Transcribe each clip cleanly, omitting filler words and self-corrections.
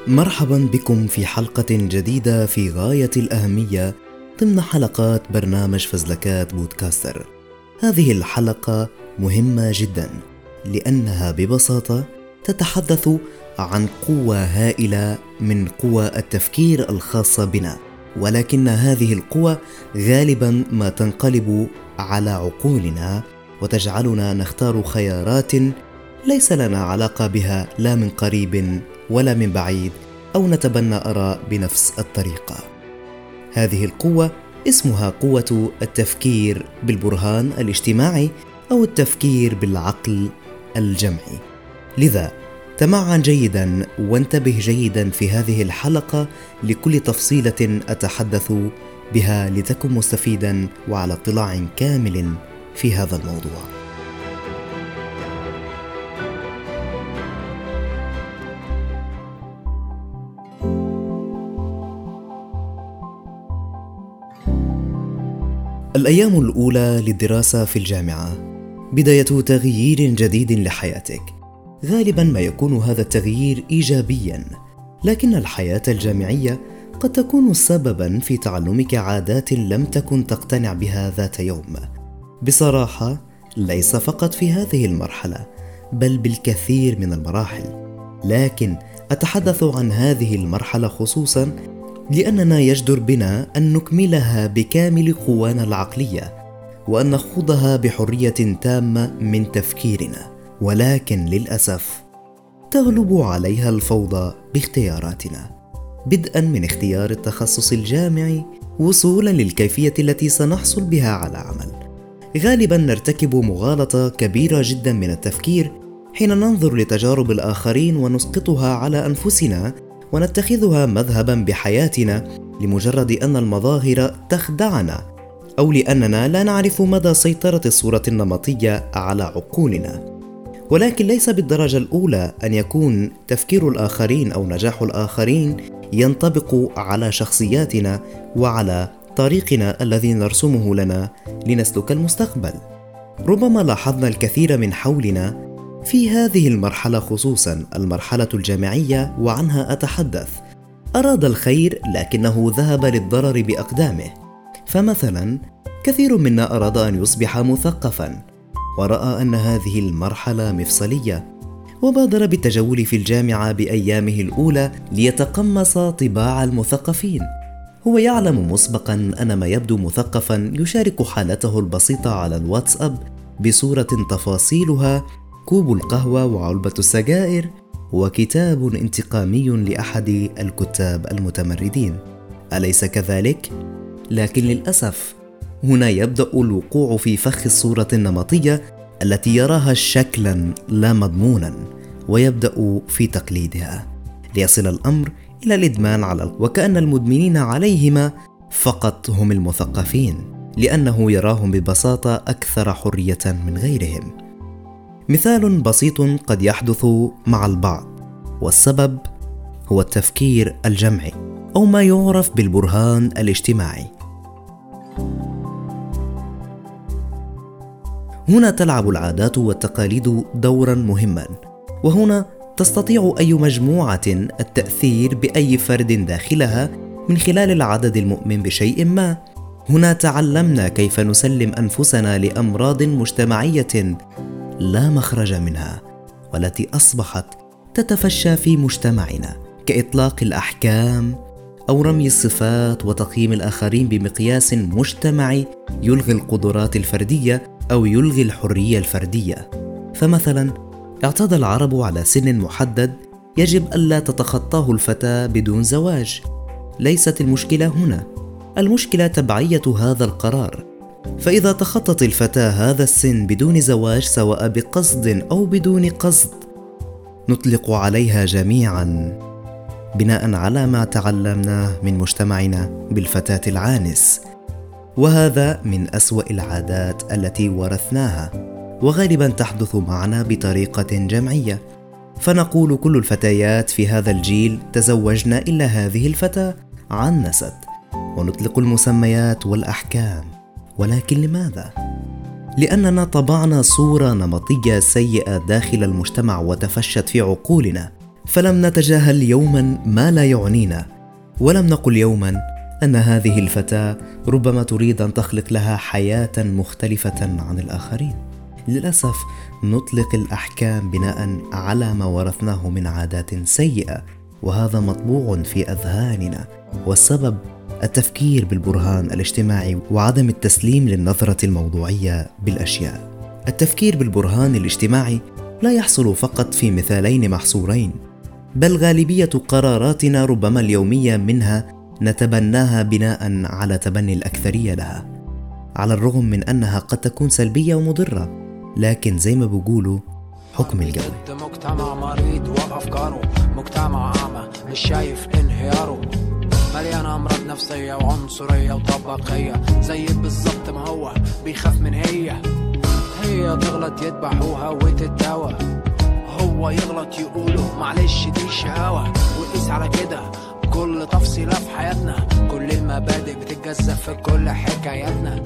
مرحبا بكم في حلقة جديدة في غاية الأهمية ضمن حلقات برنامج فزلكات بودكاستر. هذه الحلقة مهمة جدا لأنها ببساطة تتحدث عن قوة هائلة من قوى التفكير الخاصة بنا، ولكن هذه القوة غالبا ما تنقلب على عقولنا وتجعلنا نختار خيارات ليس لنا علاقة بها لا من قريب ولا من بعيد، أو نتبنى آراء بنفس الطريقة. هذه القوة اسمها قوة التفكير بالبرهان الاجتماعي أو التفكير بالعقل الجمعي. لذا تمعن جيدا وانتبه جيدا في هذه الحلقة لكل تفصيلة أتحدث بها لتكن مستفيدا وعلى اطلاع كامل في هذا الموضوع. الأيام الأولى للدراسة في الجامعة بداية تغيير جديد لحياتك. غالبا ما يكون هذا التغيير إيجابيا، لكن الحياة الجامعية قد تكون سببا في تعلمك عادات لم تكن تقتنع بها ذات يوم. بصراحة ليس فقط في هذه المرحلة بل بالكثير من المراحل، لكن أتحدث عن هذه المرحلة خصوصا لأننا يجدر بنا أن نكملها بكامل قوانا العقلية وأن نخوضها بحرية تامة من تفكيرنا، ولكن للأسف تغلب عليها الفوضى باختياراتنا، بدءا من اختيار التخصص الجامعي وصولا للكيفية التي سنحصل بها على عمل. غالبا نرتكب مغالطة كبيرة جدا من التفكير حين ننظر لتجارب الآخرين ونسقطها على أنفسنا ونتخذها مذهبا بحياتنا لمجرد أن المظاهر تخدعنا، أو لأننا لا نعرف مدى سيطرة الصورة النمطية على عقولنا. ولكن ليس بالدرجة الأولى أن يكون تفكير الآخرين أو نجاح الآخرين ينطبق على شخصياتنا وعلى طريقنا الذي نرسمه لنا لنسلك المستقبل. ربما لاحظنا الكثير من حولنا في هذه المرحلة، خصوصا المرحلة الجامعية وعنها أتحدث، أراد الخير لكنه ذهب للضرر بأقدامه. فمثلا كثير منا أراد أن يصبح مثقفا ورأى أن هذه المرحلة مفصلية وبادر بالتجول في الجامعة بأيامه الأولى ليتقمص طباع المثقفين. هو يعلم مسبقا أن ما يبدو مثقفا يشارك حالته البسيطة على الواتساب بصورة تفاصيلها كوب القهوة وعلبة السجائر وكتاب انتقامي لأحد الكتاب المتمردين، أليس كذلك؟ لكن للأسف هنا يبدأ الوقوع في فخ الصورة النمطية التي يراها شكلا لا مضمونا، ويبدأ في تقليدها ليصل الأمر إلى الإدمان وكأن المدمنين عليهما فقط هم المثقفين، لأنه يراهم ببساطة أكثر حرية من غيرهم. مثال بسيط قد يحدث مع البعض، والسبب هو التفكير الجمعي أو ما يعرف بالبرهان الاجتماعي. هنا تلعب العادات والتقاليد دورا مهما، وهنا تستطيع أي مجموعة التأثير بأي فرد داخلها من خلال العدد المؤمن بشيء ما. هنا تعلمنا كيف نسلم أنفسنا لأمراض مجتمعية لا مخرج منها، والتي أصبحت تتفشى في مجتمعنا، كإطلاق الأحكام أو رمي الصفات وتقييم الآخرين بمقياس مجتمعي يلغي القدرات الفردية أو يلغي الحرية الفردية. فمثلا اعتاد العرب على سن محدد يجب ألا تتخطاه الفتاة بدون زواج. ليست المشكلة هنا، المشكلة تبعية هذا القرار. فإذا تخطت الفتاة هذا السن بدون زواج سواء بقصد أو بدون قصد، نطلق عليها جميعا بناء على ما تعلمناه من مجتمعنا بالفتاة العانس. وهذا من أسوأ العادات التي ورثناها، وغالبا تحدث معنا بطريقة جمعية. فنقول كل الفتيات في هذا الجيل تزوجن إلا هذه الفتاة عنست، ونطلق المسميات والأحكام. ولكن لماذا؟ لأننا طبعنا صورة نمطية سيئة داخل المجتمع وتفشت في عقولنا، فلم نتجاهل يوما ما لا يعنينا، ولم نقل يوما أن هذه الفتاة ربما تريد أن تخلق لها حياة مختلفة عن الآخرين. للأسف نطلق الأحكام بناء على ما ورثناه من عادات سيئة، وهذا مطبوع في أذهاننا، والسبب التفكير بالبرهان الاجتماعي وعدم التسليم للنظرة الموضوعية بالأشياء. التفكير بالبرهان الاجتماعي لا يحصل فقط في مثالين محصورين، بل غالبية قراراتنا ربما اليومية منها نتبناها بناء على تبني الأكثرية لها، على الرغم من أنها قد تكون سلبية ومضرة، لكن زي ما بيقولوا حكم الجو. مجتمع مريض وأفكاره، مجتمع أعمى مش شايف انهياره، مليان أمراض نفسية وعنصرية وطبقية، زي بالظبط ما هو بيخاف من هي تغلط يذبحوها وتتداوى، هو يغلط يقولوا معلش دي شقاوة، وقيس على كده كل تفصيلة في حياتنا، كل المبادئ بتتجزأ في كل حكاياتنا.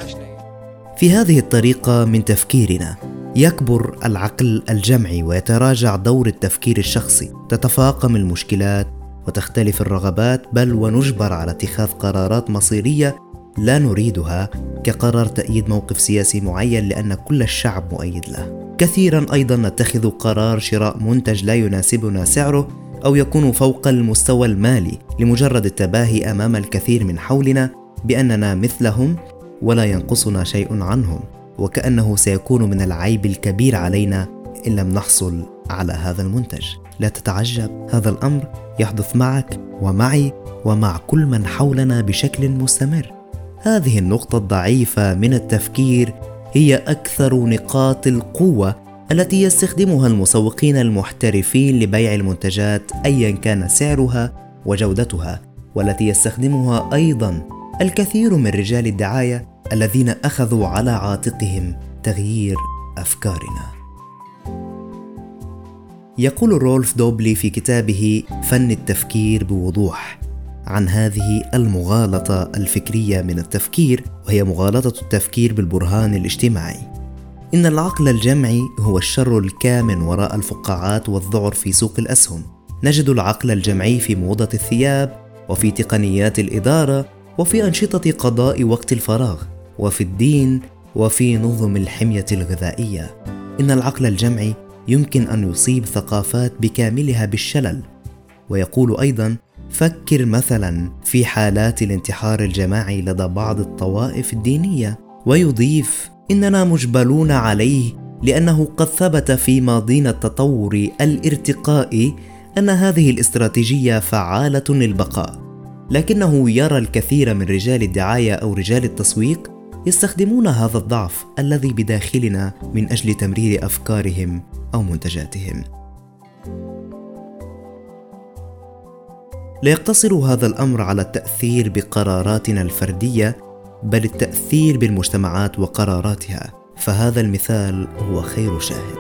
في هذه الطريقة من تفكيرنا يكبر العقل الجمعي ويتراجع دور التفكير الشخصي، تتفاقم المشكلات وتختلف الرغبات، بل ونجبر على اتخاذ قرارات مصيرية لا نريدها، كقرار تأييد موقف سياسي معين لأن كل الشعب مؤيد له. كثيرا أيضا نتخذ قرار شراء منتج لا يناسبنا سعره أو يكون فوق المستوى المالي لمجرد التباهي أمام الكثير من حولنا بأننا مثلهم ولا ينقصنا شيء عنهم، وكأنه سيكون من العيب الكبير علينا إن لم نحصل على هذا المنتج. لا تتعجب، هذا الأمر يحدث معك ومعي ومع كل من حولنا بشكل مستمر. هذه النقطة الضعيفة من التفكير هي أكثر نقاط القوة التي يستخدمها المسوقين المحترفين لبيع المنتجات أيا كان سعرها وجودتها، والتي يستخدمها أيضا الكثير من رجال الدعاية الذين أخذوا على عاتقهم تغيير أفكارنا. يقول رولف دوبلي في كتابه فن التفكير بوضوح عن هذه المغالطة الفكرية من التفكير، وهي مغالطة التفكير بالبرهان الاجتماعي: إن العقل الجمعي هو الشر الكامن وراء الفقاعات والذعر في سوق الأسهم. نجد العقل الجمعي في موضة الثياب، وفي تقنيات الإدارة، وفي أنشطة قضاء وقت الفراغ، وفي الدين، وفي نظم الحمية الغذائية. إن العقل الجمعي يمكن أن يصيب ثقافات بكاملها بالشلل. ويقول أيضا: فكر مثلا في حالات الانتحار الجماعي لدى بعض الطوائف الدينية. ويضيف: إننا مجبلون عليه لأنه قد ثبت في ماضينا التطور الارتقائي أن هذه الاستراتيجية فعالة للبقاء، لكنه يرى الكثير من رجال الدعاية أو رجال التسويق يستخدمون هذا الضعف الذي بداخلنا من أجل تمرير أفكارهم أو منتجاتهم. لا يقتصر هذا الأمر على التأثير بقراراتنا الفردية، بل التأثير بالمجتمعات وقراراتها، فهذا المثال هو خير شاهد.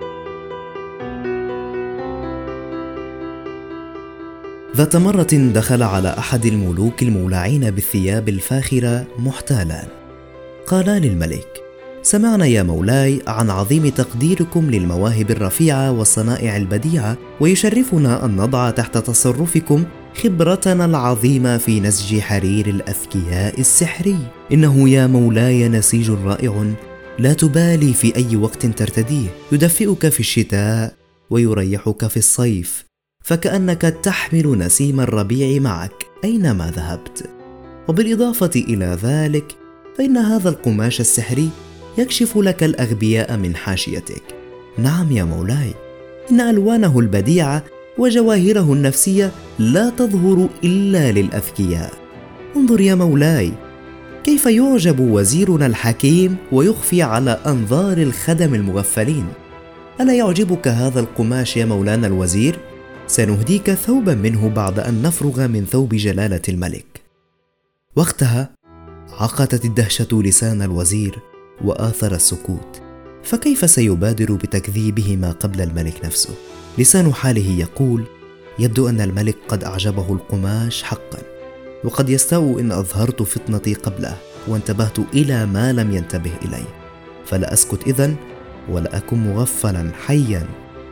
ذات مرة دخل على أحد الملوك المولعين بالثياب الفاخرة محتالا. قالا للملك: سمعنا يا مولاي عن عظيم تقديركم للمواهب الرفيعة والصنائع البديعة، ويشرفنا أن نضع تحت تصرفكم خبرتنا العظيمة في نسج حرير الأذكياء السحري. إنه يا مولاي نسيج رائع لا تبالي في أي وقت ترتديه، يدفئك في الشتاء ويريحك في الصيف، فكأنك تحمل نسيم الربيع معك أينما ذهبت. وبالإضافة إلى ذلك فإن هذا القماش السحري يكشف لك الأغبياء من حاشيتك. نعم يا مولاي، إن ألوانه البديعة وجواهره النفسية لا تظهر إلا للأذكياء. انظر يا مولاي كيف يعجب وزيرنا الحكيم ويخفي على أنظار الخدم المغفلين. ألا يعجبك هذا القماش يا مولانا الوزير؟ سنهديك ثوبا منه بعد أن نفرغ من ثوب جلالة الملك. وقتها عقدت الدهشة لسان الوزير وآثر السكوت، فكيف سيبادر بتكذيبه ما قبل الملك نفسه؟ لسان حاله يقول: يبدو أن الملك قد أعجبه القماش حقا، وقد يستاء إن أظهرت فطنتي قبله وانتبهت إلى ما لم ينتبه إليه، فلا أسكت إذن ولا أكن مغفلا حيا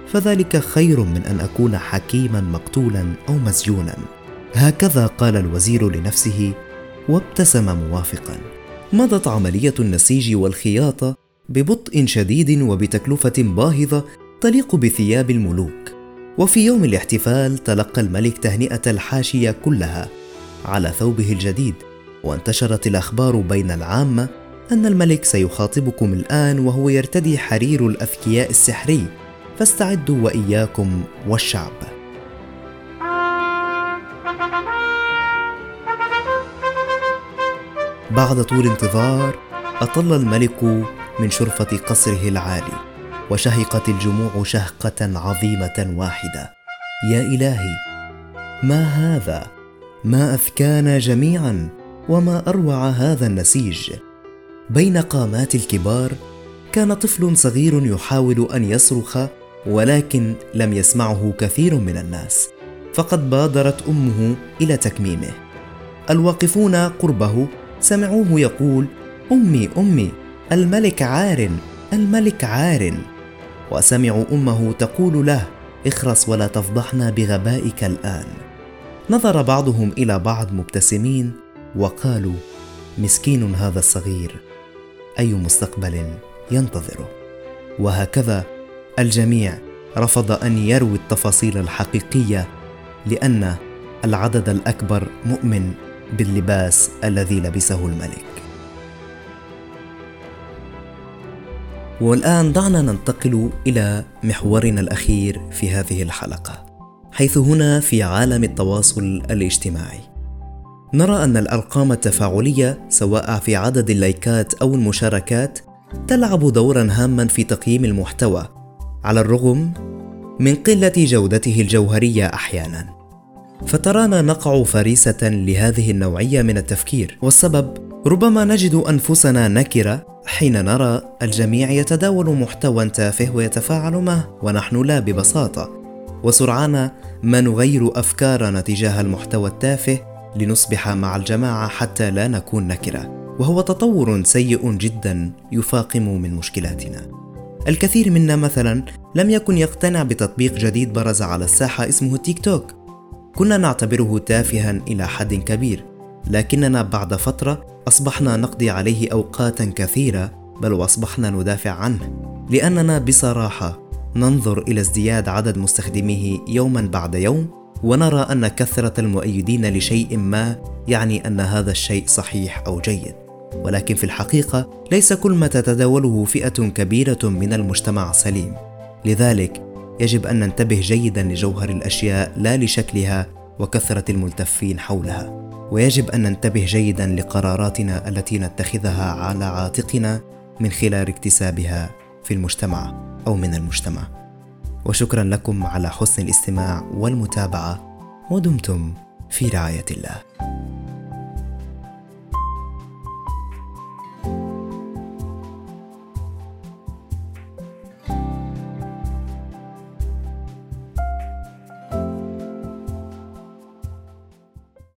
فذلك خير من أن أكون حكيما مقتولا أو مسجونا. هكذا قال الوزير لنفسه، وابتسم موافقا. مضت عملية النسيج والخياطة ببطء شديد وبتكلفة باهظة تليق بثياب الملوك. وفي يوم الاحتفال تلقى الملك تهنئة الحاشية كلها على ثوبه الجديد، وانتشرت الأخبار بين العامة أن الملك سيخاطبكم الآن وهو يرتدي حرير الأذكياء السحري، فاستعدوا وإياكم والشعب. بعد طول انتظار أطل الملك من شرفة قصره العالي، وشهقت الجموع شهقة عظيمة واحدة. يا إلهي، ما هذا؟ ما أذكانا جميعا، وما أروع هذا النسيج. بين قامات الكبار كان طفل صغير يحاول أن يصرخ، ولكن لم يسمعه كثير من الناس، فقد بادرت أمه إلى تكميمه. الواقفون قربه سمعوه يقول: أمي أمي، الملك عار، الملك عار. وسمعوا أمه تقول له: اخرس ولا تفضحنا بغبائك الآن. نظر بعضهم إلى بعض مبتسمين وقالوا: مسكين هذا الصغير، أي مستقبل ينتظره؟ وهكذا الجميع رفض أن يروي التفاصيل الحقيقية، لأن العدد الأكبر مؤمن باللباس الذي لبسه الملك. والآن دعنا ننتقل إلى محورنا الأخير في هذه الحلقة، حيث هنا في عالم التواصل الاجتماعي نرى أن الأرقام التفاعلية سواء في عدد اللايكات أو المشاركات تلعب دورا هاما في تقييم المحتوى، على الرغم من قلة جودته الجوهرية أحيانا. فترانا نقع فريسة لهذه النوعية من التفكير، والسبب ربما نجد أنفسنا نكرة حين نرى الجميع يتداول محتوى تافه ويتفاعل معه ونحن لا، ببساطة، وسرعان ما نغير أفكارنا تجاه المحتوى التافه لنصبح مع الجماعة حتى لا نكون نكرة، وهو تطور سيء جدا يفاقم من مشكلاتنا. الكثير منا مثلا لم يكن يقتنع بتطبيق جديد برز على الساحة اسمه تيك توك. كنا نعتبره تافها إلى حد كبير، لكننا بعد فترة أصبحنا نقضي عليه أوقاتا كثيرة، بل وأصبحنا ندافع عنه، لأننا بصراحة ننظر إلى ازدياد عدد مستخدميه يوما بعد يوم، ونرى أن كثرة المؤيدين لشيء ما يعني أن هذا الشيء صحيح أو جيد، ولكن في الحقيقة ليس كل ما تتداوله فئة كبيرة من المجتمع سليم. لذلك يجب أن ننتبه جيدا لجوهر الأشياء لا لشكلها وكثرة الملتفين حولها، ويجب أن ننتبه جيدا لقراراتنا التي نتخذها على عاتقنا من خلال اكتسابها في المجتمع أو من المجتمع. وشكرا لكم على حسن الاستماع والمتابعة، ودمتم في رعاية الله.